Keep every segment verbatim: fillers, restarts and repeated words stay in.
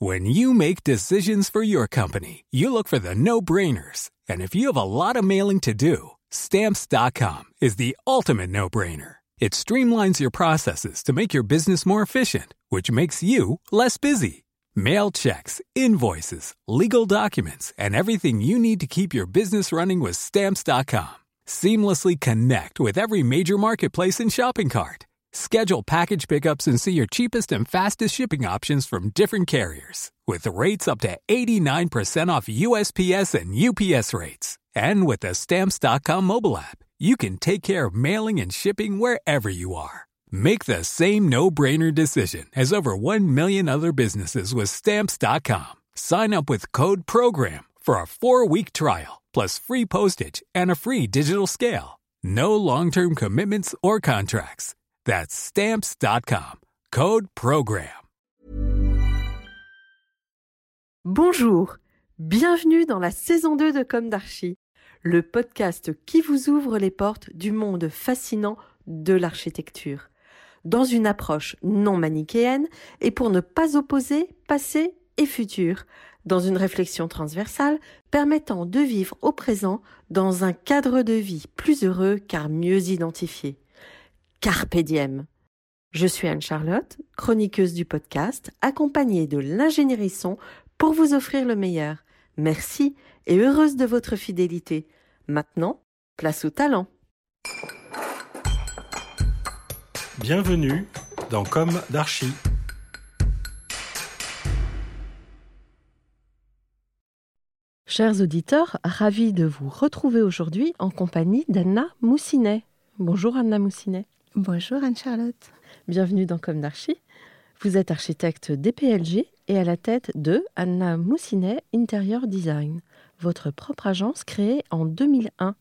When you make decisions for your company, you look for the no-brainers. And if you have a lot of mailing to do, Stamps dot com is the ultimate no-brainer. It streamlines your processes to make your business more efficient, which makes you less busy. Mail checks, invoices, legal documents, and everything you need to keep your business running with Stamps dot com. Seamlessly connect with every major marketplace and shopping cart. Schedule package pickups and see your cheapest and fastest shipping options from different carriers. With rates up to eighty-nine percent off U S P S and U P S rates. And with the Stamps dot com mobile app, you can take care of mailing and shipping wherever you are. Make the same no-brainer decision as over one million other businesses with Stamps dot com. Sign up with code PROGRAM for a four-week trial, plus free postage and a free digital scale. No long-term commitments or contracts. That's Stamps dot com. Code PROGRAM. Bonjour, bienvenue dans la saison deux de Comme d'Archi, le podcast qui vous ouvre les portes du monde fascinant de l'architecture, dans une approche non manichéenne et pour ne pas opposer passé et futur, dans une réflexion transversale permettant de vivre au présent dans un cadre de vie plus heureux car mieux identifié. Carpe diem. Je suis Anne-Charlotte, chroniqueuse du podcast, accompagnée de l'ingénierie son pour vous offrir le meilleur. Merci et heureuse de votre fidélité. Maintenant, place au talent. Bienvenue dans Comme d'Archi. Chers auditeurs, ravis de vous retrouver aujourd'hui en compagnie d'Anna Moussinet. Bonjour Anna Moussinet. Bonjour Anne-Charlotte. Bienvenue dans Comme d'Archi. Vous êtes architecte D P L G et à la tête de Anna Moussinet Interior Design, votre propre agence créée en deux mille un.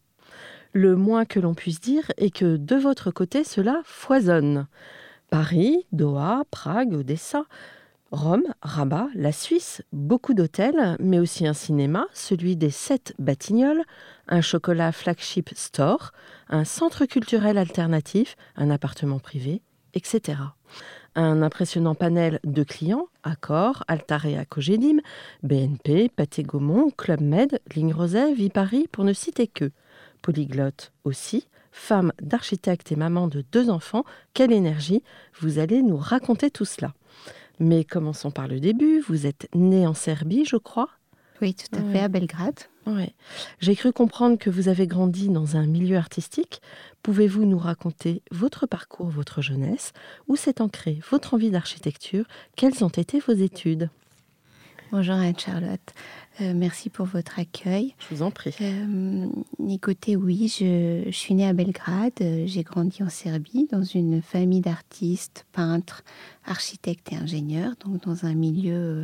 Le moins que l'on puisse dire est que de votre côté, cela foisonne. Paris, Doha, Prague, Odessa, Rome, Rabat, la Suisse, beaucoup d'hôtels, mais aussi un cinéma, celui des Sept Batignolles, un chocolat flagship store, un centre culturel alternatif, un appartement privé, et cetera. Un impressionnant panel de clients, Accor, Altarea Cogedim, B N P, Pathé Gaumont, Club Med, Ligne Roset, Viparis, pour ne citer que. Polyglotte aussi, femme d'architecte et maman de deux enfants, quelle énergie, vous allez nous raconter tout cela. Mais commençons par le début, vous êtes née en Serbie, je crois ? Oui, tout à ouais. fait, à Belgrade. Ouais. J'ai cru comprendre que vous avez grandi dans un milieu artistique. Pouvez-vous nous raconter votre parcours, votre jeunesse ? Où s'est ancrée votre envie d'architecture ? Quelles ont été vos études ? Bonjour Anne-Charlotte, euh, merci pour votre accueil. Je vous en prie. Euh, écoutez, oui, je, je suis née à Belgrade, j'ai grandi en Serbie dans une famille d'artistes, peintres, architectes et ingénieurs, donc dans un milieu euh,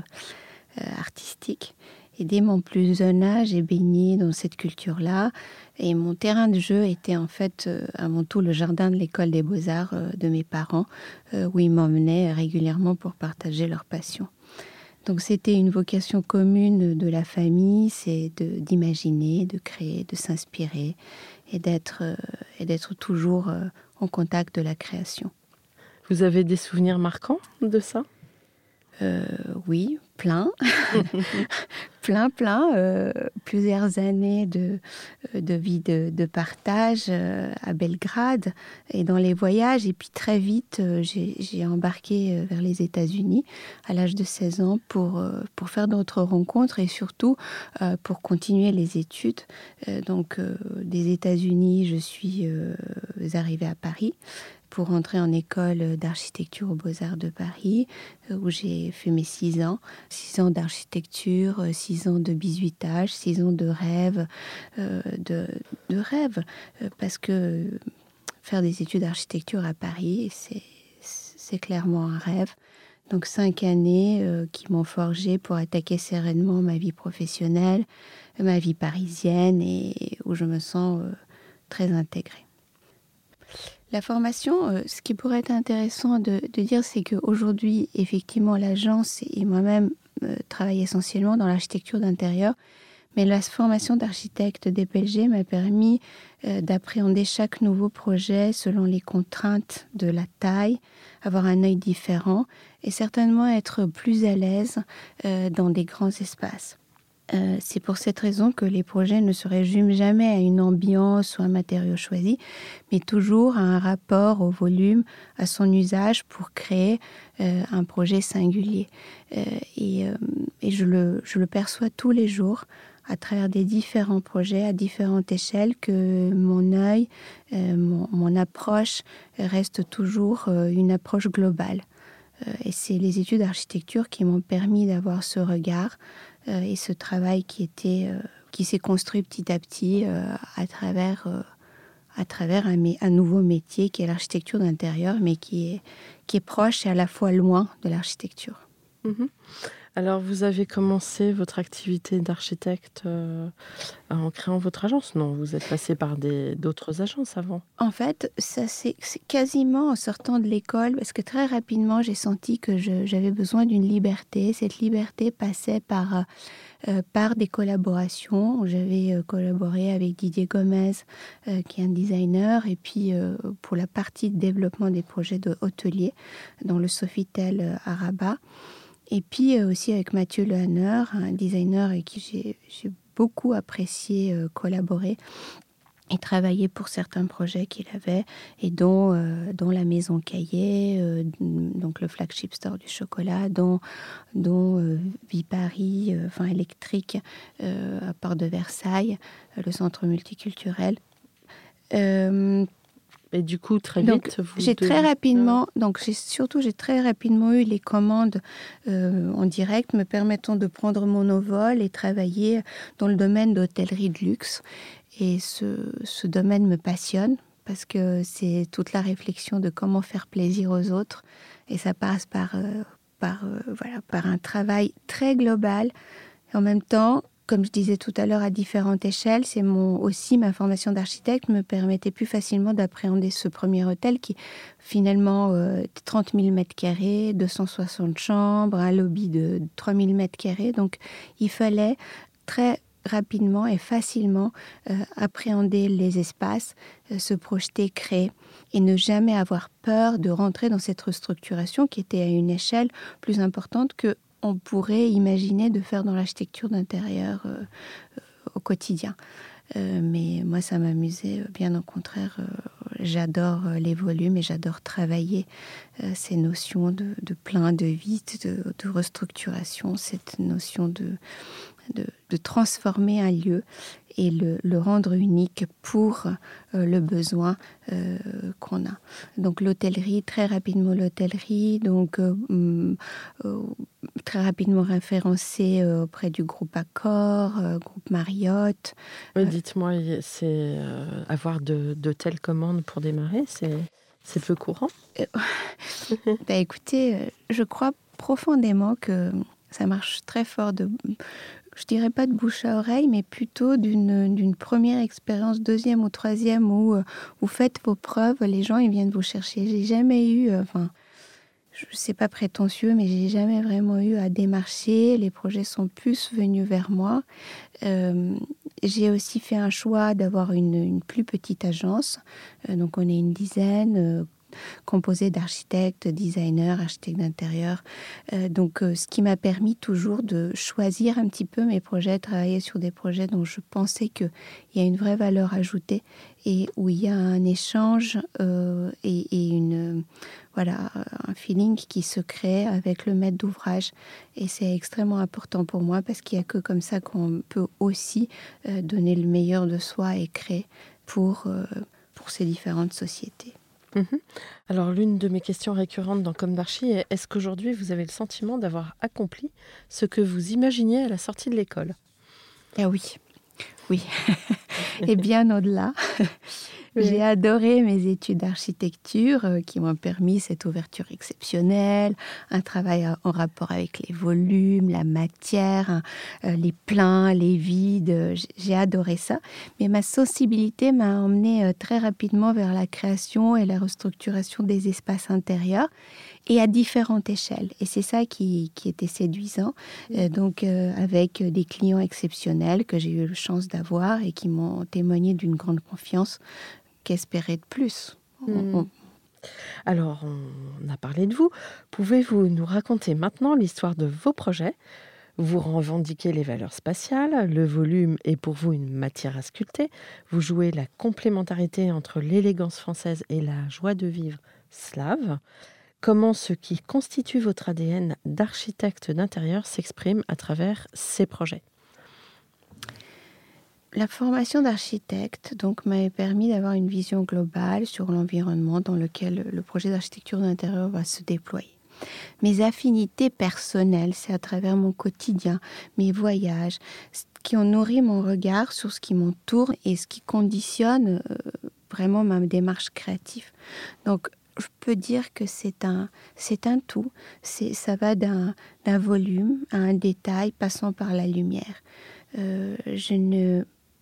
artistique. Et dès mon plus jeune âge, j'ai baigné dans cette culture-là. Et mon terrain de jeu était en fait euh, avant tout le jardin de l'école des beaux-arts euh, de mes parents, euh, où ils m'emmenaient régulièrement pour partager leur passion. Donc c'était une vocation commune de la famille, c'est de, d'imaginer, de créer, de s'inspirer et d'être, euh, et d'être toujours euh, en contact de la création. Vous avez des souvenirs marquants de ça ? Euh, oui, plein, plein, plein, euh, plusieurs années de, de vie de, de partage euh, à Belgrade et dans les voyages. Et puis très vite, euh, j'ai, j'ai embarqué vers les États-Unis à l'âge de seize ans pour, euh, pour faire d'autres rencontres et surtout euh, pour continuer les études. Euh, donc euh, des États-Unis, je suis euh, arrivée à Paris pour entrer en école d'architecture aux Beaux-Arts de Paris, où j'ai fait mes six ans. Six ans d'architecture, six ans de bizuitage, six ans de rêve, euh, de, de rêve, parce que faire des études d'architecture à Paris, c'est, c'est clairement un rêve. Donc cinq années euh, qui m'ont forgé pour attaquer sereinement ma vie professionnelle, ma vie parisienne, et où je me sens euh, très intégrée. La formation, euh, ce qui pourrait être intéressant de, de dire, c'est qu'aujourd'hui, effectivement, l'agence et moi-même euh, travaillent essentiellement dans l'architecture d'intérieur, Mais la formation d'architecte D P L G m'a permis euh, d'appréhender chaque nouveau projet selon les contraintes de la taille, avoir un œil différent et certainement être plus à l'aise euh, dans des grands espaces. Euh, c'est pour cette raison que les projets ne se résument jamais à une ambiance ou un matériau choisi, mais toujours à un rapport au volume, à son usage pour créer euh, un projet singulier. Euh, et, euh, et je le, je le perçois tous les jours à travers des différents projets à différentes échelles, que mon œil, euh, mon, mon approche reste toujours euh, une approche globale. Euh, et c'est les études d'architecture qui m'ont permis d'avoir ce regard euh, et ce travail qui, était, euh, qui s'est construit petit à petit euh, à travers, euh, à travers un, un nouveau métier qui est l'architecture d'intérieur, mais qui est, qui est proche et à la fois loin de l'architecture. Mmh. Alors, vous avez commencé votre activité d'architecte euh, en créant votre agence? Non, vous êtes passé par des, d'autres agences avant. En fait, ça c'est, c'est quasiment en sortant de l'école, parce que très rapidement, j'ai senti que je, j'avais besoin d'une liberté. Cette liberté passait par, euh, par des collaborations. J'avais euh, collaboré avec Didier Gomez, euh, qui est un designer, et puis euh, pour la partie de développement des projets de hôteliers dans le Sofitel euh, à Rabat. Et puis euh, aussi avec Mathieu Lehanner, un designer avec qui j'ai, j'ai beaucoup apprécié euh, collaborer et travailler pour certains projets qu'il avait, et dont, euh, dont la Maison Caillé, euh, donc le flagship store du chocolat, dont, dont euh, Vipari, euh, enfin électrique, euh, à Porte de Versailles, euh, le centre multiculturel. Euh, Et du coup, très vite, donc, vous j'ai devez... très rapidement, donc j'ai, surtout j'ai très rapidement eu les commandes euh, en direct me permettant de prendre mon envol et travailler dans le domaine d'hôtellerie de luxe. Et ce, ce domaine me passionne parce que c'est toute la réflexion de comment faire plaisir aux autres. Et ça passe par, euh, par, euh, voilà, par un travail très global. Et en même temps, comme je disais tout à l'heure, à différentes échelles, c'est mon, aussi ma formation d'architecte me permettait plus facilement d'appréhender ce premier hôtel qui, finalement, euh, trente mille mètres carrés, deux cent soixante chambres, un lobby de trois mille mètres carrés. Donc, il fallait très rapidement et facilement euh, appréhender les espaces, euh, se projeter, créer et ne jamais avoir peur de rentrer dans cette restructuration qui était à une échelle plus importante que on pourrait imaginer de faire dans l'architecture d'intérieur euh, euh, au quotidien. Euh, mais moi, ça m'amusait, bien au contraire. Euh, j'adore euh, les volumes et j'adore travailler euh, ces notions de, de plein, de vide, de, de restructuration, cette notion de, de, de transformer un lieu et le, le rendre unique pour euh, le besoin euh, qu'on a. Donc l'hôtellerie, très rapidement l'hôtellerie, donc euh, euh, très rapidement référencée euh, auprès du groupe Accor, euh, groupe Marriott. Oui, dites-moi, c'est euh, avoir de, de telles commandes pour démarrer, c'est, c'est peu courant? euh, bah, Écoutez, je crois profondément que ça marche très fort de... Je dirais pas de bouche à oreille, mais plutôt d'une, d'une première expérience, deuxième ou troisième, où euh, vous faites vos preuves, les gens ils viennent vous chercher. J'ai jamais eu, euh, enfin, je sais pas prétentieux, mais j'ai jamais vraiment eu à démarcher. Les projets sont plus venus vers moi. Euh, j'ai aussi fait un choix d'avoir une, une plus petite agence, euh, donc on est une dizaine. Euh, composé d'architectes, designers, architectes d'intérieur. Euh, donc, euh, ce qui m'a permis toujours de choisir un petit peu mes projets, travailler sur des projets dont je pensais qu'il y a une vraie valeur ajoutée et où il y a un échange euh, et, et une, voilà, un feeling qui se crée avec le maître d'ouvrage. Et c'est extrêmement important pour moi parce qu'il n'y a que comme ça qu'on peut aussi euh, donner le meilleur de soi et créer pour, euh, pour ces différentes sociétés. Mmh. Alors, l'une de mes questions récurrentes dans Comme d'Archi est: est-ce qu'aujourd'hui, vous avez le sentiment d'avoir accompli ce que vous imaginiez à la sortie de l'école? Ah oui, oui. Et bien au-delà. Oui. J'ai adoré mes études d'architecture euh, qui m'ont permis cette ouverture exceptionnelle, un travail en rapport avec les volumes, la matière, hein, euh, les pleins, les vides. Euh, j'ai adoré ça. Mais ma sensibilité m'a emmenée euh, très rapidement vers la création et la restructuration des espaces intérieurs. et à différentes échelles. Et c'est ça qui, qui était séduisant. Euh, donc, euh, avec des clients exceptionnels que j'ai eu la chance d'avoir et qui m'ont témoigné d'une grande confiance, qu'espérer de plus. Mmh. On, on... Alors, on a parlé de vous. Pouvez-vous nous raconter maintenant l'histoire de vos projets ? Vous revendiquez les valeurs spatiales, le volume est pour vous une matière à sculpter, vous jouez la complémentarité entre l'élégance française et la joie de vivre slave. Comment ce qui constitue votre A D N d'architecte d'intérieur s'exprime à travers ces projets ? La formation d'architecte donc m'a permis d'avoir une vision globale sur l'environnement dans lequel le projet d'architecture d'intérieur va se déployer. Mes affinités personnelles, c'est à travers mon quotidien, mes voyages, qui ont nourri mon regard sur ce qui m'entoure et ce qui conditionne euh, vraiment ma démarche créative. Donc, je peux dire que c'est un, c'est un tout. C'est, ça va d'un, d'un volume à un détail passant par la lumière. Euh, je ne...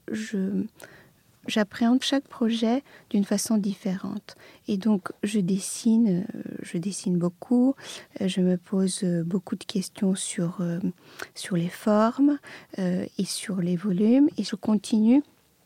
Je, J'appréhende chaque projet d'une façon différente. Et donc, je dessine, je dessine beaucoup, je me pose beaucoup de questions sur, sur les formes euh, et sur les volumes. Et je continue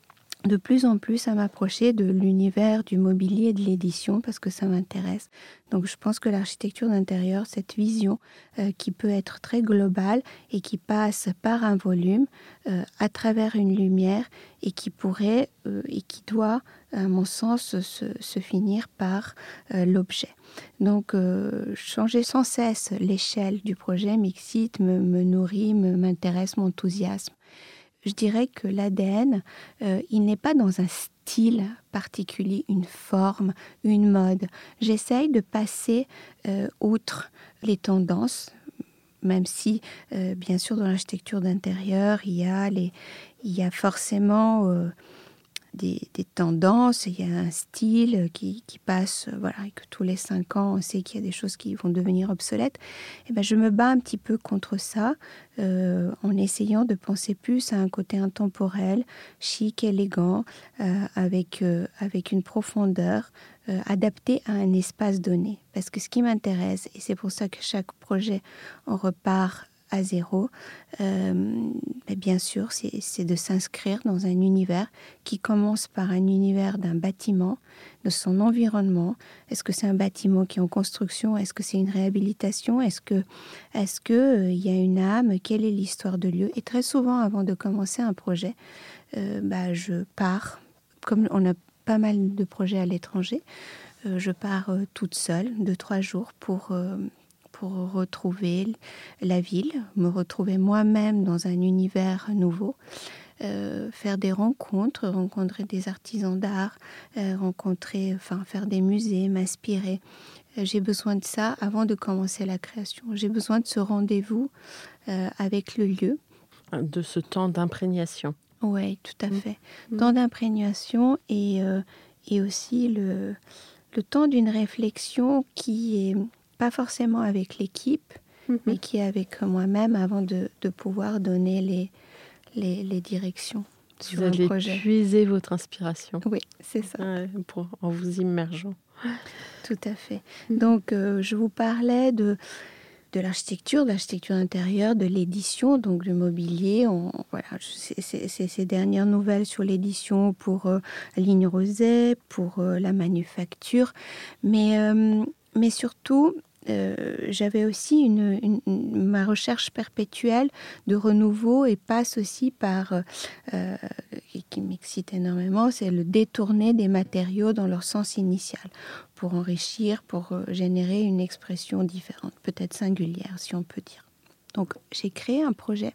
de plus en plus à m'approcher de l'univers du mobilier et de l'édition parce que ça m'intéresse. Donc je pense que l'architecture d'intérieur, cette vision euh, qui peut être très globale et qui passe par un volume euh, à travers une lumière et qui pourrait euh, et qui doit, à mon sens, se, se finir par euh, l'objet. Donc euh, changer sans cesse l'échelle du projet m'excite, me, me nourrit, me, m'intéresse, m'enthousiasme. Je dirais que l'A D N, euh, il n'est pas dans un style particulier, une forme, une mode. J'essaye de passer euh, outre les tendances, même si, euh, bien sûr, dans l'architecture d'intérieur, il y a, les, il y a forcément euh, des, des tendances, il y a un style qui, qui passe, voilà, et que tous les cinq ans, on sait qu'il y a des choses qui vont devenir obsolètes. Et ben, je me bats un petit peu contre ça, euh, en essayant de penser plus à un côté intemporel, chic, élégant, euh, avec, euh, avec une profondeur euh, adaptée à un espace donné. Parce que ce qui m'intéresse, et c'est pour ça que chaque projet, on repart à zéro, euh, mais bien sûr, c'est, c'est de s'inscrire dans un univers qui commence par un univers d'un bâtiment, de son environnement. Est-ce que c'est un bâtiment qui est en construction ? Est-ce que c'est une réhabilitation ? Est-ce que, est-ce que euh, y a une âme ? Quelle est l'histoire de lieu ? Et très souvent, avant de commencer un projet, euh, bah, je pars, comme on a pas mal de projets à l'étranger, euh, je pars euh, toute seule, deux, trois jours pour... Euh, pour retrouver la ville, me retrouver moi-même dans un univers nouveau, euh, faire des rencontres, rencontrer des artisans d'art, euh, rencontrer, enfin, faire des musées, m'inspirer. Euh, j'ai besoin de ça avant de commencer la création. J'ai besoin de ce rendez-vous euh, avec le lieu. De ce temps d'imprégnation. Oui, tout à fait. Mmh. Temps d'imprégnation et, euh, et aussi le, le temps d'une réflexion qui est... pas forcément avec l'équipe, mmh. mais qui est avec moi-même avant de, de pouvoir donner les, les, les directions sur un projet. Vous allez puiser votre inspiration. Oui, c'est ça. Ouais, pour, en vous immergeant. Tout à fait. Mmh. Donc, euh, je vous parlais de, de l'architecture, de l'architecture intérieure, de l'édition, donc du mobilier. On, voilà, c'est, c'est, c'est ces dernières nouvelles sur l'édition pour euh, Ligne Roset, pour euh, la manufacture. Mais, euh, mais surtout... Euh, j'avais aussi une, une, une, ma recherche perpétuelle de renouveau et passe aussi par, euh, et qui m'excite énormément, c'est le détourner des matériaux dans leur sens initial pour enrichir, pour euh, générer une expression différente, peut-être singulière si on peut dire. Donc j'ai créé un projet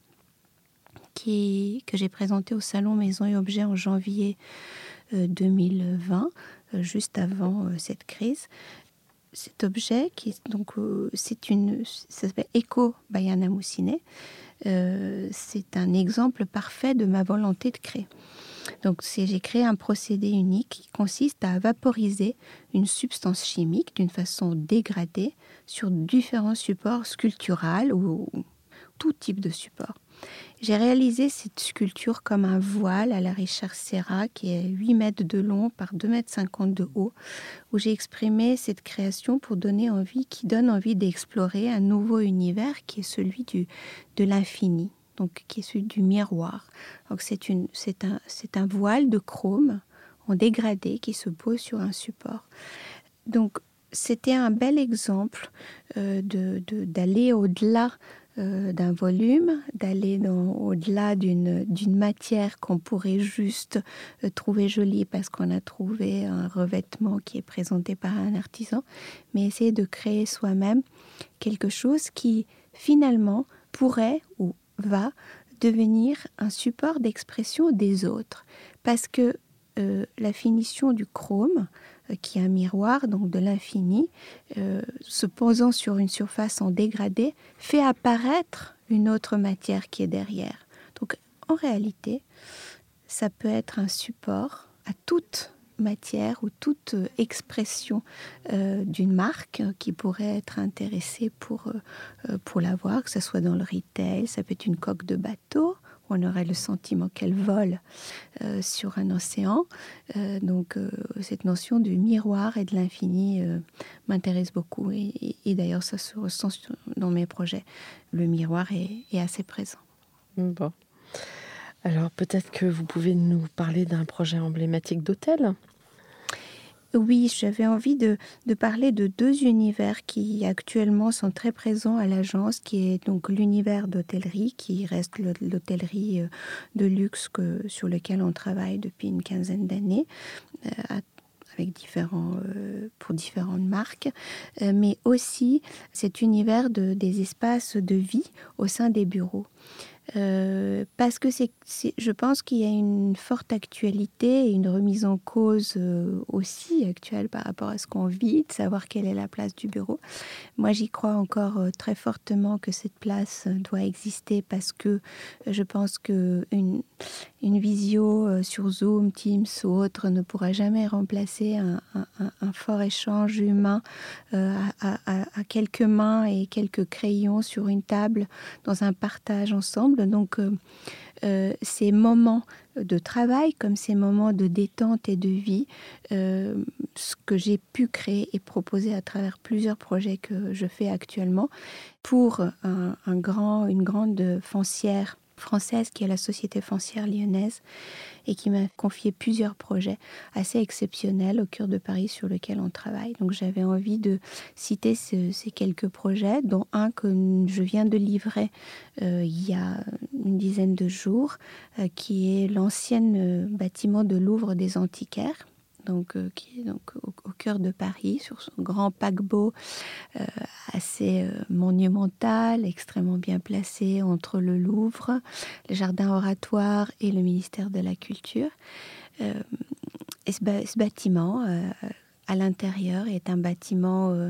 qui, que j'ai présenté au Salon Maison et Objets en janvier euh, deux mille vingt, euh, juste avant euh, cette crise. Cet objet, qui est, donc, euh, c'est une, ça s'appelle Eco by Anna Moussinet. Euh, c'est un exemple parfait de ma volonté de créer. Donc, c'est, j'ai créé un procédé unique qui consiste à vaporiser une substance chimique d'une façon dégradée sur différents supports sculpturaux ou, ou tout type de support. J'ai réalisé cette sculpture comme un voile à la Richard Serra, qui est huit mètres de long par deux mètres cinquante de haut, où j'ai exprimé cette création pour donner envie, qui donne envie d'explorer un nouveau univers qui est celui du, de l'infini, donc qui est celui du miroir. Donc c'est, une, c'est, un, c'est un voile de chrome en dégradé qui se pose sur un support. Donc c'était un bel exemple euh, de, de, d'aller au-delà Euh, d'un volume, d'aller dans, au-delà d'une, d'une matière qu'on pourrait juste euh, trouver jolie parce qu'on a trouvé un revêtement qui est présenté par un artisan, mais essayer de créer soi-même quelque chose qui finalement pourrait ou va devenir un support d'expression des autres. Parce que euh, la finition du chrome, qui est un miroir, donc de l'infini, euh, se posant sur une surface en dégradé, fait apparaître une autre matière qui est derrière. Donc, en réalité, ça peut être un support à toute matière ou toute euh, expression euh, d'une marque euh, qui pourrait être intéressée pour, euh, pour l'avoir, que ce soit dans le retail, ça peut être une coque de bateau, on aurait le sentiment qu'elle vole euh, sur un océan. Euh, donc, euh, cette notion du miroir et de l'infini euh, m'intéresse beaucoup. Et, et, et d'ailleurs, ça se ressent dans mes projets. Le miroir est, est assez présent. Bon. Alors, peut-être que vous pouvez nous parler d'un projet emblématique d'hôtel ? Oui, j'avais envie de, de parler de deux univers qui actuellement sont très présents à l'agence, qui est donc l'univers d'hôtellerie, qui reste l'hôtellerie de luxe que, sur lequel on travaille depuis une quinzaine d'années, euh, avec différents, euh, pour différentes marques, euh, mais aussi cet univers de, des espaces de vie au sein des bureaux. Euh, parce que c'est, c'est, je pense qu'il y a une forte actualité et une remise en cause euh, aussi actuelle par rapport à ce qu'on vit, de savoir quelle est la place du bureau. Moi, j'y crois encore euh, très fortement que cette place euh, doit exister parce que euh, je pense qu'une une visio euh, sur Zoom, Teams ou autre ne pourra jamais remplacer un, un, un fort échange humain euh, à, à, à quelques mains et quelques crayons sur une table dans un partage ensemble. Donc, euh, euh, ces moments de travail, comme ces moments de détente et de vie, euh, ce que j'ai pu créer et proposer à travers plusieurs projets que je fais actuellement pour un, un grand, une grande foncière française qui est la Société foncière lyonnaise et qui m'a confié plusieurs projets assez exceptionnels au cœur de Paris sur lesquels on travaille. Donc j'avais envie de citer ce, ces quelques projets, dont un que je viens de livrer euh, il y a une dizaine de jours, euh, qui est l'ancien euh, bâtiment de Louvre des Antiquaires. Donc, euh, qui est donc au, au cœur de Paris, sur son grand paquebot euh, assez euh, monumental, extrêmement bien placé entre le Louvre, le jardin oratoire et le ministère de la Culture. Euh, et ce, ba- ce bâtiment, euh, à l'intérieur, est un bâtiment euh,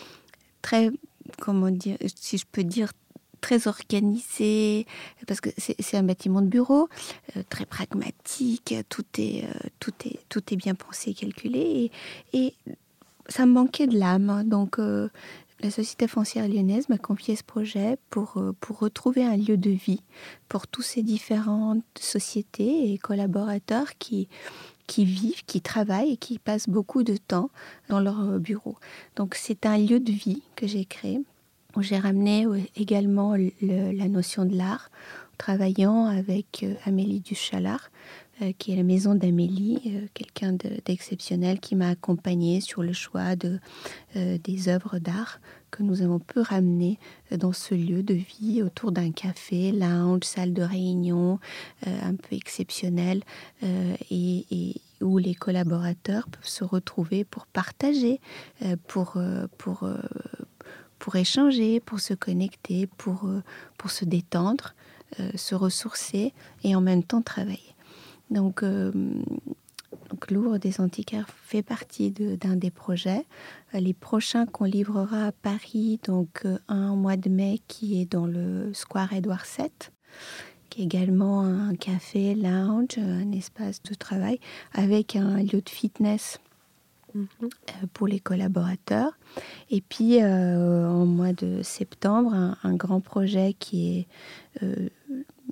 très, comment dire, si je peux dire, très organisé, parce que c'est, c'est un bâtiment de bureau, euh, très pragmatique, tout est, euh, tout est, tout est bien pensé, calculé, et, et ça me manquait de l'âme. Donc, euh, la Société foncière lyonnaise m'a confié ce projet pour, euh, pour retrouver un lieu de vie pour tous ces différentes sociétés et collaborateurs qui, qui vivent, qui travaillent et qui passent beaucoup de temps dans leur bureau. Donc, c'est un lieu de vie que j'ai créé, où j'ai ramené également le, la notion de l'art, travaillant avec euh, Amélie Duchalard, euh, qui est la maison d'Amélie, euh, quelqu'un de, d'exceptionnel qui m'a accompagnée sur le choix de, euh, des œuvres d'art que nous avons pu ramener dans ce lieu de vie autour d'un café, lounge, salle de réunion, euh, un peu exceptionnel, euh, et, et où les collaborateurs peuvent se retrouver pour partager, euh, pour... Euh, pour euh, pour échanger, pour se connecter, pour, euh, pour se détendre, euh, se ressourcer et en même temps travailler. Donc, euh, donc Louvre des Antiquaires fait partie de, d'un des projets. Euh, les prochains qu'on livrera à Paris, donc euh, un au mois de mai qui est dans le Square Édouard sept, qui est également un café, lounge, un espace de travail avec un lieu de fitness pour les collaborateurs. Et puis, euh, en mois de septembre, un, un grand projet qui est euh,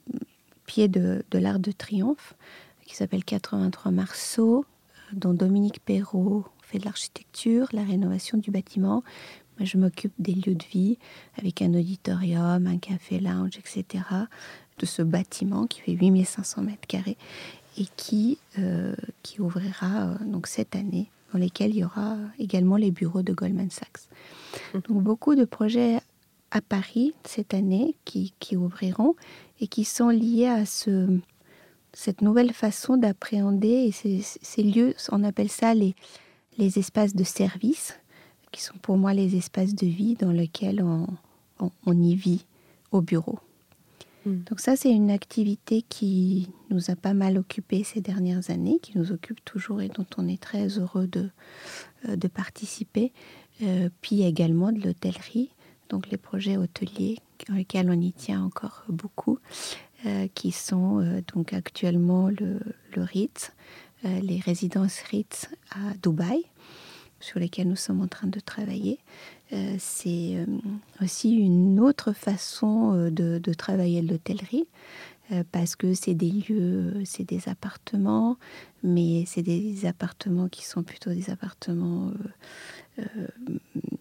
pied de, de l'Arc de Triomphe, qui s'appelle quatre-vingt-trois Marceau, dont Dominique Perrault fait de l'architecture, la rénovation du bâtiment. Moi, je m'occupe des lieux de vie, avec un auditorium, un café lounge, et cetera, de ce bâtiment qui fait huit mille cinq cents mètres carrés et qui, euh, qui ouvrira euh, donc cette année, dans lesquels il y aura également les bureaux de Goldman Sachs. Donc beaucoup de projets à Paris cette année qui, qui ouvriront et qui sont liés à ce, cette nouvelle façon d'appréhender et ces, ces lieux, on appelle ça les, les espaces de service, qui sont pour moi les espaces de vie dans lesquels on, on, on y vit au bureau. Mm. Donc ça, c'est une activité qui nous a pas mal occupés ces dernières années, qui nous occupe toujours et dont on est très heureux de, euh, de participer. Euh, puis également de l'hôtellerie, donc les projets hôteliers dans lesquels on y tient encore beaucoup, euh, qui sont euh, donc actuellement le, le Ritz, euh, les résidences Ritz à Dubaï, sur lesquelles nous sommes en train de travailler. Euh, c'est euh, aussi une autre façon euh, de, de travailler l'hôtellerie, euh, parce que c'est des lieux, c'est des appartements, mais c'est des appartements qui sont plutôt des appartements euh, euh,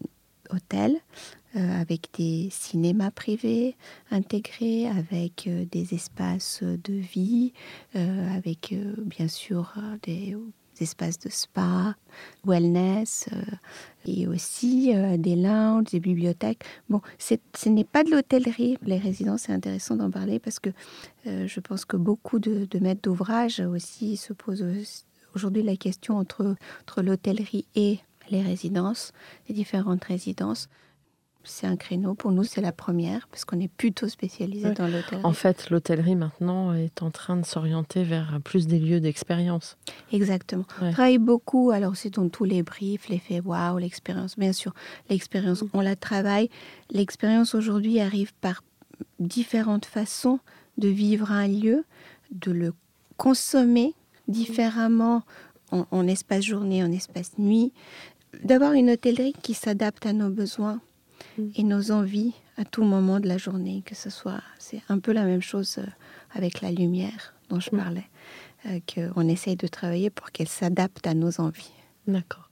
hôtels, euh, avec des cinémas privés intégrés, avec euh, des espaces de vie, euh, avec euh, bien sûr des... des espaces de spa, wellness, euh, et aussi euh, des lounges, des bibliothèques. Bon, c'est, ce n'est pas de l'hôtellerie. Les résidences, c'est intéressant d'en parler parce que euh, je pense que beaucoup de, de maîtres d'ouvrage aussi se posent aujourd'hui la question entre, entre l'hôtellerie et les résidences, les différentes résidences. C'est un créneau. Pour nous, c'est la première, parce qu'on est plutôt spécialisé ouais. dans l'hôtellerie. En fait, l'hôtellerie, maintenant, est en train de s'orienter vers plus des lieux d'expérience. Exactement. Ouais. On travaille beaucoup, alors c'est dans tous les briefs, l'effet waouh, l'expérience. Bien sûr, l'expérience, on la travaille. L'expérience, aujourd'hui, arrive par différentes façons de vivre un lieu, de le consommer différemment en, en espace journée, en espace nuit, d'avoir une hôtellerie qui s'adapte à nos besoins et nos envies à tout moment de la journée, que ce soit, c'est un peu la même chose avec la lumière dont je parlais, euh, qu'on essaye de travailler pour qu'elle s'adapte à nos envies. D'accord.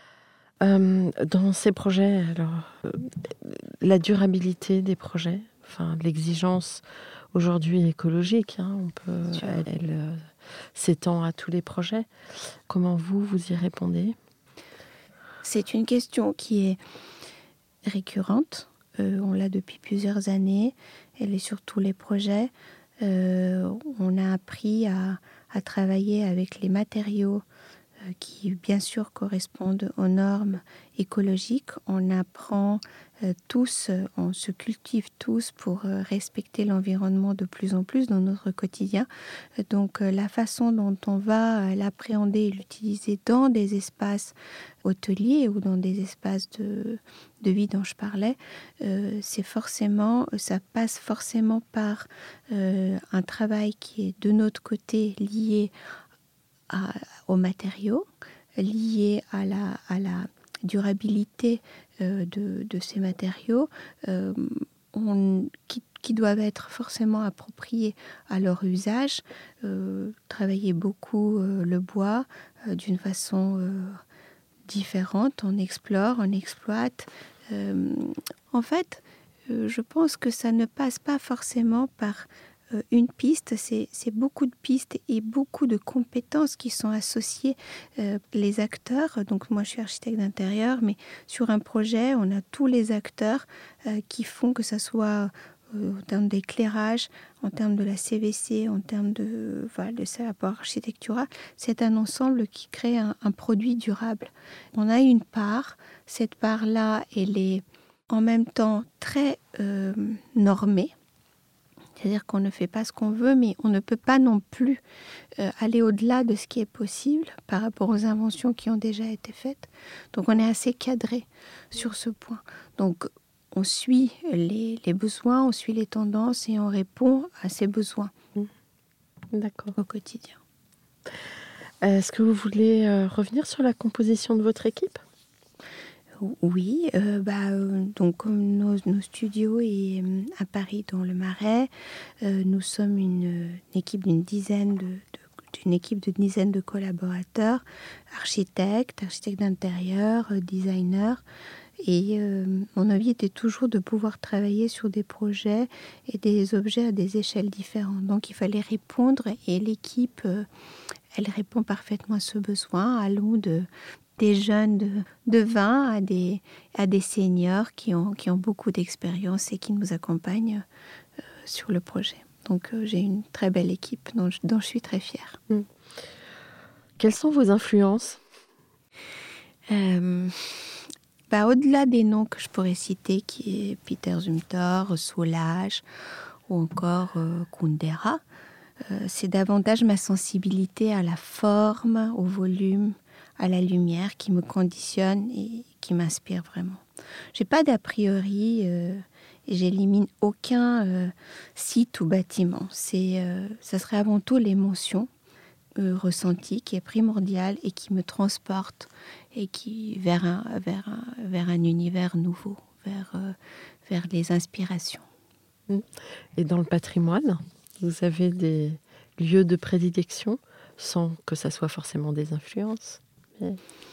Euh, dans ces projets, alors, euh, la durabilité des projets, enfin l'exigence aujourd'hui écologique, hein, on peut, elle, elle euh, s'étend à tous les projets. Comment vous, vous y répondez ? C'est une question qui est récurrente. Euh, on l'a depuis plusieurs années. Elle est sur tous les projets. Euh, on a appris à, à travailler avec les matériaux euh, qui, bien sûr, correspondent aux normes écologiques. On apprend euh, tous, on se cultive tous pour euh, respecter l'environnement de plus en plus dans notre quotidien. Donc, euh, la façon dont on va euh, l'appréhender et l'utiliser dans des espaces hôteliers ou dans des espaces de, de vie dont je parlais, euh, c'est forcément, ça passe forcément par euh, un travail qui est de notre côté lié à, aux matériaux, lié à la, à la durabilité euh, de, de ces matériaux, euh, on, qui, qui doivent être forcément appropriés à leur usage, euh, travailler beaucoup euh, le bois euh, d'une façon euh, différente, on explore, on exploite. Euh, en fait, euh, je pense que ça ne passe pas forcément par euh, une piste, c'est, c'est beaucoup de pistes et beaucoup de compétences qui sont associées. Euh, les acteurs, donc moi je suis architecte d'intérieur, mais sur un projet, on a tous les acteurs euh, qui font que ça soit euh, en termes d'éclairage, en termes de la C V C, en termes de, voilà, de ce rapport architectural. C'est un ensemble qui crée un, un produit durable. On a une part, cette part-là, elle est en même temps très euh, normée. C'est-à-dire qu'on ne fait pas ce qu'on veut, mais on ne peut pas non plus euh, aller au-delà de ce qui est possible par rapport aux inventions qui ont déjà été faites. Donc on est assez cadré sur ce point. Donc on suit les, les besoins, on suit les tendances et on répond à ces besoins. D'accord. Au quotidien. Est-ce que vous voulez euh, revenir sur la composition de votre équipe ? Oui, euh, bah, euh, donc nos, nos studios est euh, à Paris dans le Marais. Euh, nous sommes une, une équipe d'une dizaine de, de d'une équipe de dizaines de collaborateurs, architectes, architectes d'intérieur, euh, designers. Et euh, mon envie était toujours de pouvoir travailler sur des projets et des objets à des échelles différentes. Donc il fallait répondre et l'équipe, euh, elle répond parfaitement à ce besoin. Allons de des jeunes de, de vingt à des, à des seniors qui ont, qui ont beaucoup d'expérience et qui nous accompagnent euh, sur le projet. Donc euh, j'ai une très belle équipe dont je, dont je suis très fière. Mmh. Quelles sont vos influences ? euh, bah, Au-delà des noms que je pourrais citer, qui est Peter Zumthor, Soulages ou encore euh, Kundera, euh, c'est davantage ma sensibilité à la forme, au volume, à la lumière qui me conditionne et qui m'inspire vraiment. Je n'ai pas d'a priori euh, et j'élimine aucun euh, site ou bâtiment. C'est, euh, ça serait avant tout l'émotion euh, ressentie qui est primordiale et qui me transporte et qui, vers, un, vers, un, vers un univers nouveau, vers, euh, vers les inspirations. Et dans le patrimoine, vous avez des lieux de prédilection sans que ça soit forcément des influences ? Mais...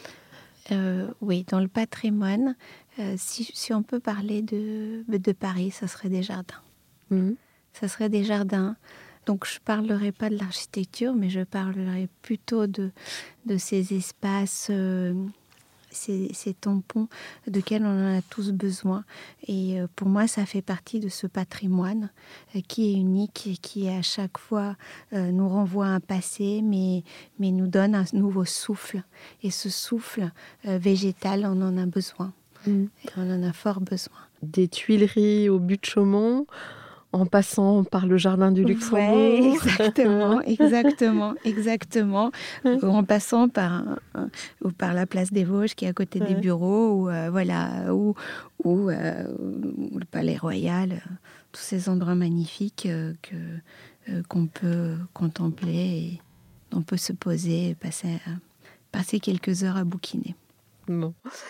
Euh, oui, dans le patrimoine, euh, si, si on peut parler de, de Paris, ça serait des jardins. Mmh. Ça serait des jardins. Donc je ne parlerai pas de l'architecture, mais je parlerai plutôt de, de ces espaces, euh, ces, ces tampons desquels on en a tous besoin. Et euh, pour moi, ça fait partie de ce patrimoine euh, qui est unique et qui à chaque fois euh, nous renvoie à un passé, mais, mais nous donne un nouveau souffle. Et ce souffle euh, végétal, on en a besoin. Mmh. Et on en a fort besoin. Des Tuileries au but de Chaumont, en passant par le jardin du Luxembourg. Ouais, exactement, exactement, exactement. En passant par, un, ou par la place des Vosges qui est à côté ouais. des bureaux, ou euh, voilà, ou, ou, euh, ou le Palais Royal, euh, tous ces endroits magnifiques euh, que euh, qu'on peut contempler et on peut se poser, et passer, euh, passer quelques heures à bouquiner. Bon,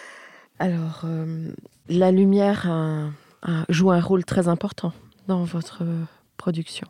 alors euh, la lumière a, a, joue un rôle très important dans votre production.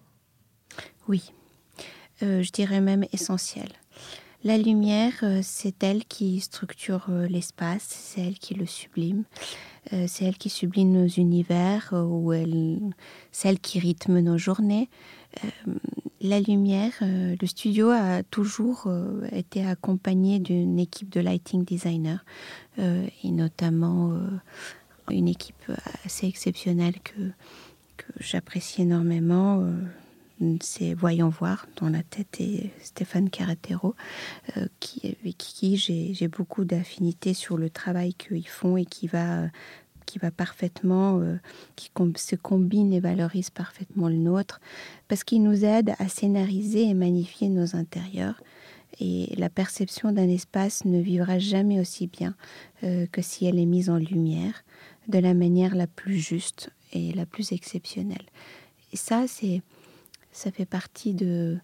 Oui, euh, je dirais même essentiel. La lumière, euh, c'est elle qui structure euh, l'espace, c'est elle qui le sublime, euh, c'est elle qui sublime nos univers, euh, ou elle, c'est elle qui rythme nos journées. Euh, la lumière, euh, le studio a toujours euh, été accompagné d'une équipe de lighting designers, euh, et notamment euh, une équipe assez exceptionnelle que que j'apprécie énormément, euh, c'est Voyons Voir, dont la tête est Stéphane Carretero, euh, qui, avec qui j'ai, j'ai beaucoup d'affinités sur le travail qu'ils font et qui va, qui va parfaitement, euh, qui com- se combine et valorise parfaitement le nôtre, parce qu'il nous aide à scénariser et magnifier nos intérieurs. Et la perception d'un espace ne vivra jamais aussi bien euh, que si elle est mise en lumière, de la manière la plus juste et la plus exceptionnelle. Et ça, c'est, ça fait partie de,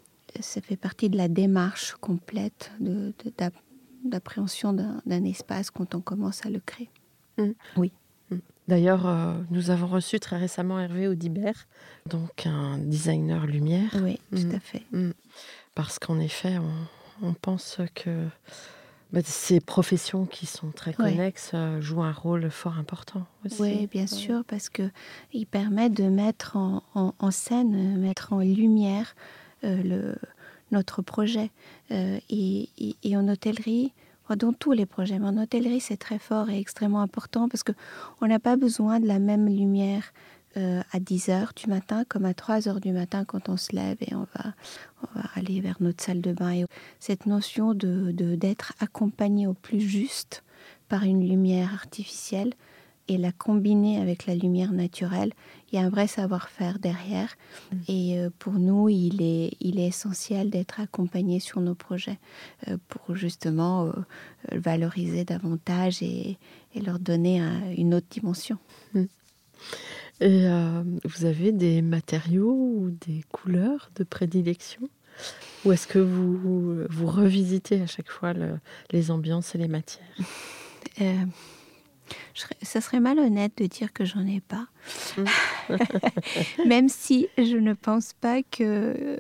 ça fait partie de la démarche complète de, de, d'ap, d'appréhension d'un, d'un espace quand on commence à le créer. Mmh. Oui. Mmh. D'ailleurs, euh, nous avons reçu très récemment Hervé Audibert, donc un designer lumière. Oui, mmh. tout à fait. Mmh. Parce qu'en effet, on, on pense que bah, ces professions qui sont très connexes ouais. euh, jouent un rôle fort important aussi. Oui, bien ouais. sûr, parce qu'ils permettent de mettre en, en, en scène, mettre en lumière euh, le, notre projet. Euh, et, et, et en hôtellerie, dans tous les projets, mais en hôtellerie, c'est très fort et extrêmement important parce qu'on n'a pas besoin de la même lumière euh, à dix heures du matin comme à trois heures du matin quand on se lève et on va, on va aller vers notre salle de bain. Et cette notion de, de, d'être accompagné au plus juste par une lumière artificielle et la combiner avec la lumière naturelle, il y a un vrai savoir-faire derrière. Mmh. Et euh, pour nous, il est, il est essentiel d'être accompagné sur nos projets euh, pour justement euh, valoriser davantage et, et leur donner un, une autre dimension. Mmh. Et euh, vous avez des matériaux ou des couleurs de prédilection ? Ou est-ce que vous, vous revisitez à chaque fois le, les ambiances et les matières ? euh, Je serais, ça serait malhonnête de dire que j'en ai pas. Mmh. Même si je ne pense pas que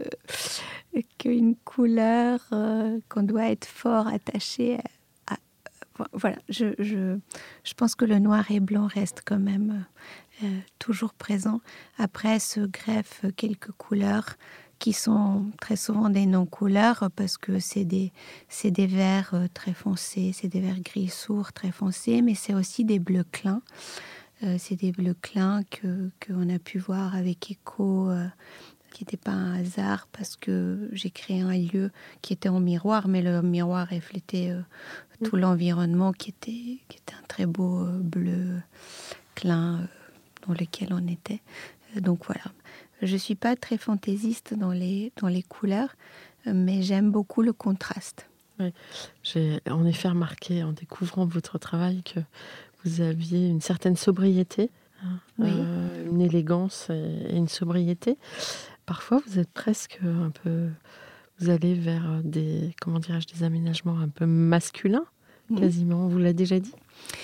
qu'une couleur, euh, qu'on doit être fort attaché à... à voilà, je, je, je pense que le noir et blanc reste quand même euh, toujours présent. Après se greffent quelques couleurs qui sont très souvent des non-couleurs parce que c'est des, c'est des verts très foncés, c'est des verts gris sourds très foncés, mais c'est aussi des bleus clins. Euh, c'est des bleus clins que, qu'on a pu voir avec Eco, euh, qui n'était pas un hasard parce que j'ai créé un lieu qui était en miroir, mais le miroir reflétait euh, tout l'environnement qui était, qui était un très beau euh, bleu clin euh, dans lequel on était. Euh, donc voilà. Je ne suis pas très fantaisiste dans les, dans les couleurs, mais j'aime beaucoup le contraste. Oui. J'ai en effet remarqué en découvrant votre travail que vous aviez une certaine sobriété, hein, oui. euh, une élégance et, et une sobriété. Parfois, vous êtes presque un peu... Vous allez vers des, comment dirais-je, des aménagements un peu masculins, mmh. quasiment. On vous l'a déjà dit ?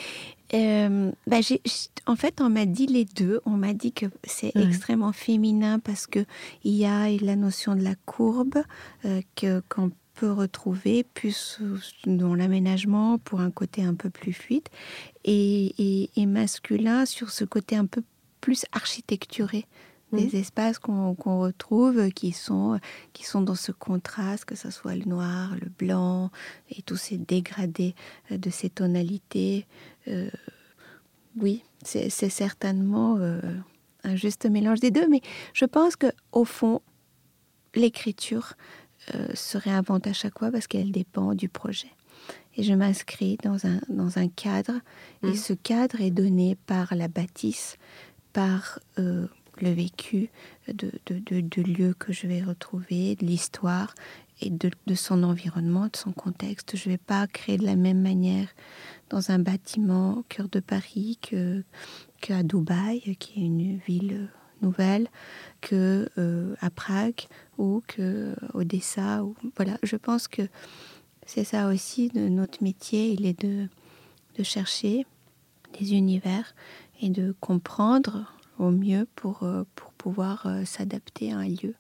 Euh, bah j'ai, en fait, on m'a dit les deux. On m'a dit que c'est ouais. extrêmement féminin parce que il y a la notion de la courbe euh, que qu'on peut retrouver plus dans l'aménagement pour un côté un peu plus fluide et, et, et masculin sur ce côté un peu plus architecturé. Des mmh. espaces qu'on, qu'on retrouve qui sont, qui sont dans ce contraste, que ce soit le noir, le blanc et tous ces dégradés de ces tonalités. Euh, oui, c'est, c'est certainement euh, un juste mélange des deux, mais je pense qu'au fond, l'écriture euh, se réinvente à chaque fois parce qu'elle dépend du projet. Et je m'inscris dans un, dans un cadre, mmh. et ce cadre est donné par la bâtisse, par... Euh, le vécu de, de, de, de lieux que je vais retrouver, de l'histoire et de, de son environnement, de son contexte. Je ne vais pas créer de la même manière dans un bâtiment au cœur de Paris que, qu'à Dubaï, qui est une ville nouvelle, que euh, à Prague ou que Odessa. Ou, voilà, je pense que c'est ça aussi de notre métier, il est de, de chercher des univers et de comprendre au mieux pour, euh, pour pouvoir euh, s'adapter à un lieu.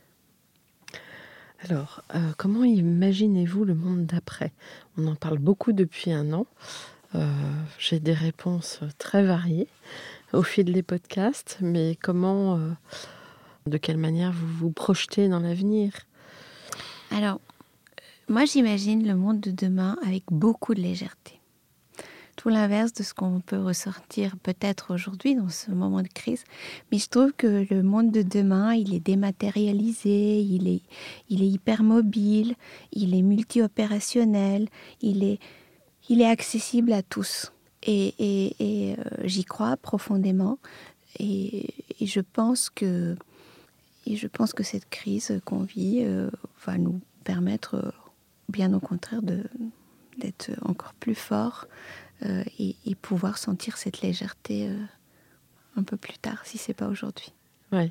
Alors, euh, comment imaginez-vous le monde d'après ? On en parle beaucoup depuis un an. Euh, j'ai des réponses très variées au fil des podcasts, mais comment, euh, de quelle manière vous vous projetez dans l'avenir ? Alors, moi j'imagine le monde de demain avec beaucoup de légèreté. Tout l'inverse de ce qu'on peut ressortir peut-être aujourd'hui dans ce moment de crise. Mais je trouve que le monde de demain, il est dématérialisé, il est, il est hyper mobile, il est multi-opérationnel, il est, il est accessible à tous. Et, et, et euh, j'y crois profondément. Et, et, je pense que, et je pense que cette crise qu'on vit euh, va nous permettre, euh, bien au contraire, de, d'être encore plus forts. Euh, et, et pouvoir sentir cette légèreté euh, un peu plus tard, si c'est pas aujourd'hui. Oui.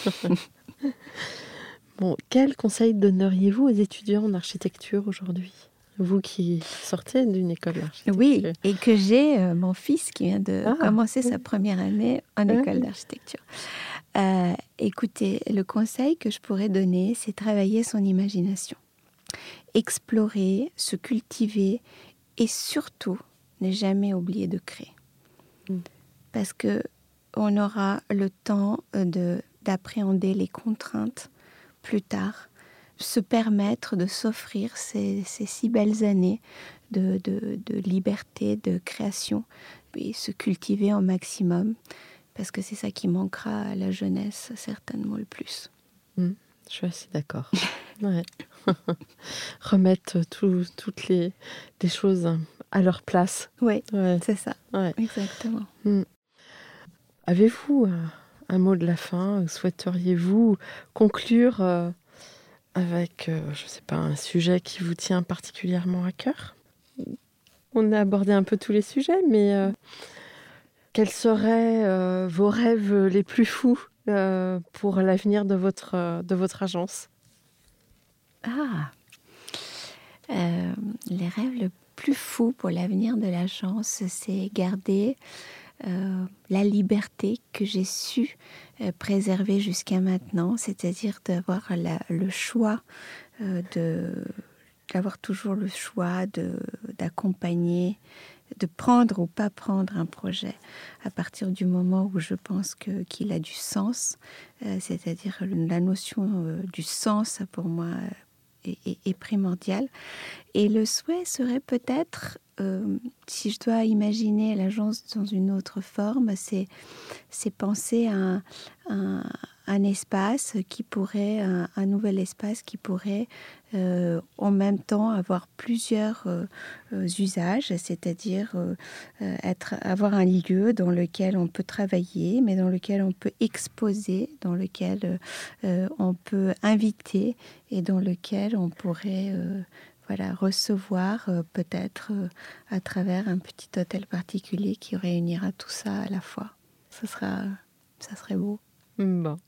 Bon, quel conseil donneriez-vous aux étudiants en architecture aujourd'hui ? Vous qui sortez d'une école d'architecture. Oui, et que j'ai euh, mon fils qui vient de ah, commencer oui. sa première année en oui. école d'architecture. Euh, écoutez, le conseil que je pourrais donner, c'est travailler son imagination. Explorer, se cultiver et surtout ne jamais oublier de créer. Mm. Parce qu'on aura le temps de, d'appréhender les contraintes plus tard, se permettre de s'offrir ces, ces si belles années de, de, de liberté, de création, et se cultiver au maximum, parce que c'est ça qui manquera à la jeunesse certainement le plus. Mm. Je suis assez d'accord. Ouais. Remettre tout, toutes les, les choses à leur place. Oui, ouais. c'est ça. Ouais. Exactement. Mm. Avez-vous un, un mot de la fin ? Souhaiteriez-vous conclure euh, avec, euh, je ne sais pas, un sujet qui vous tient particulièrement à cœur ? On a abordé un peu tous les sujets, mais euh, quels seraient euh, vos rêves les plus fous euh, pour l'avenir de votre, euh, de votre agence ? Ah, euh, les rêves le, plus fou pour l'avenir de l'agence, c'est garder euh, la liberté que j'ai su euh, préserver jusqu'à maintenant, c'est-à-dire d'avoir la, le choix euh, de... d'avoir toujours le choix de, d'accompagner, de prendre ou pas prendre un projet à partir du moment où je pense que, qu'il a du sens, euh, c'est-à-dire la notion euh, du sens pour moi est, est, est primordiale. Et le souhait serait peut-être, euh, si je dois imaginer l'agence dans une autre forme, c'est, c'est penser à un, un, un espace qui pourrait, un, un nouvel espace qui pourrait Euh, en même temps avoir plusieurs euh, euh, usages, c'est-à-dire euh, euh, être, avoir un lieu dans lequel on peut travailler, mais dans lequel on peut exposer, dans lequel euh, on peut inviter et dans lequel on pourrait euh, voilà, recevoir euh, peut-être euh, à travers un petit hôtel particulier qui réunira tout ça à la fois. Ça sera, ça serait beau. Bon.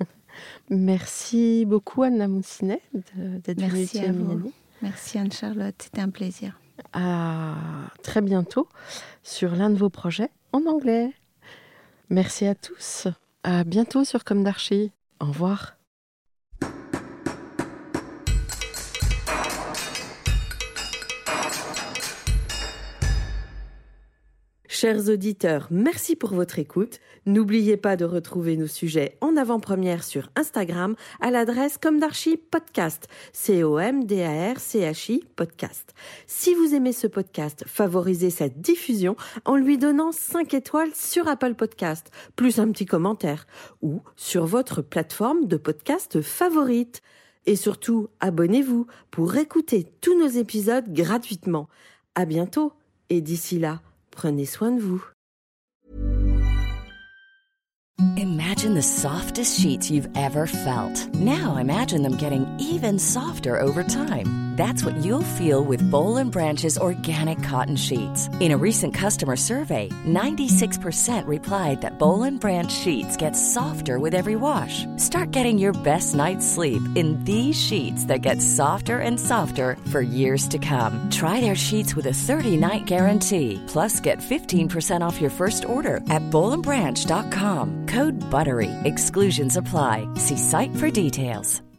Merci beaucoup Anna Moussinet d'être venue Merci ici à à vous. Miami. Merci Anne-Charlotte, c'était un plaisir. À très bientôt sur l'un de vos projets en anglais. Merci à tous. À bientôt sur Comme d'Archi. Au revoir. Chers auditeurs, merci pour votre écoute. N'oubliez pas de retrouver nos sujets en avant-première sur Instagram à l'adresse Comme d'Archi Podcast, C O M D A R C H I Podcast. Si vous aimez ce podcast, favorisez sa diffusion en lui donnant cinq étoiles sur Apple Podcast, plus un petit commentaire, ou sur votre plateforme de podcast favorite. Et surtout, abonnez-vous pour écouter tous nos épisodes gratuitement. À bientôt, et d'ici là, prenez soin de vous. Imagine the softest sheets you've ever felt. Now imagine them getting even softer over time. That's what you'll feel with Boll and Branch's organic cotton sheets. In a recent customer survey, ninety-six percent replied that Boll and Branch sheets get softer with every wash. Start getting your best night's sleep in these sheets that get softer and softer for years to come. Try their sheets with a thirty-night guarantee. Plus, get fifteen percent off your first order at boll and branch dot com. Code BUTTERY. Exclusions apply. See site for details.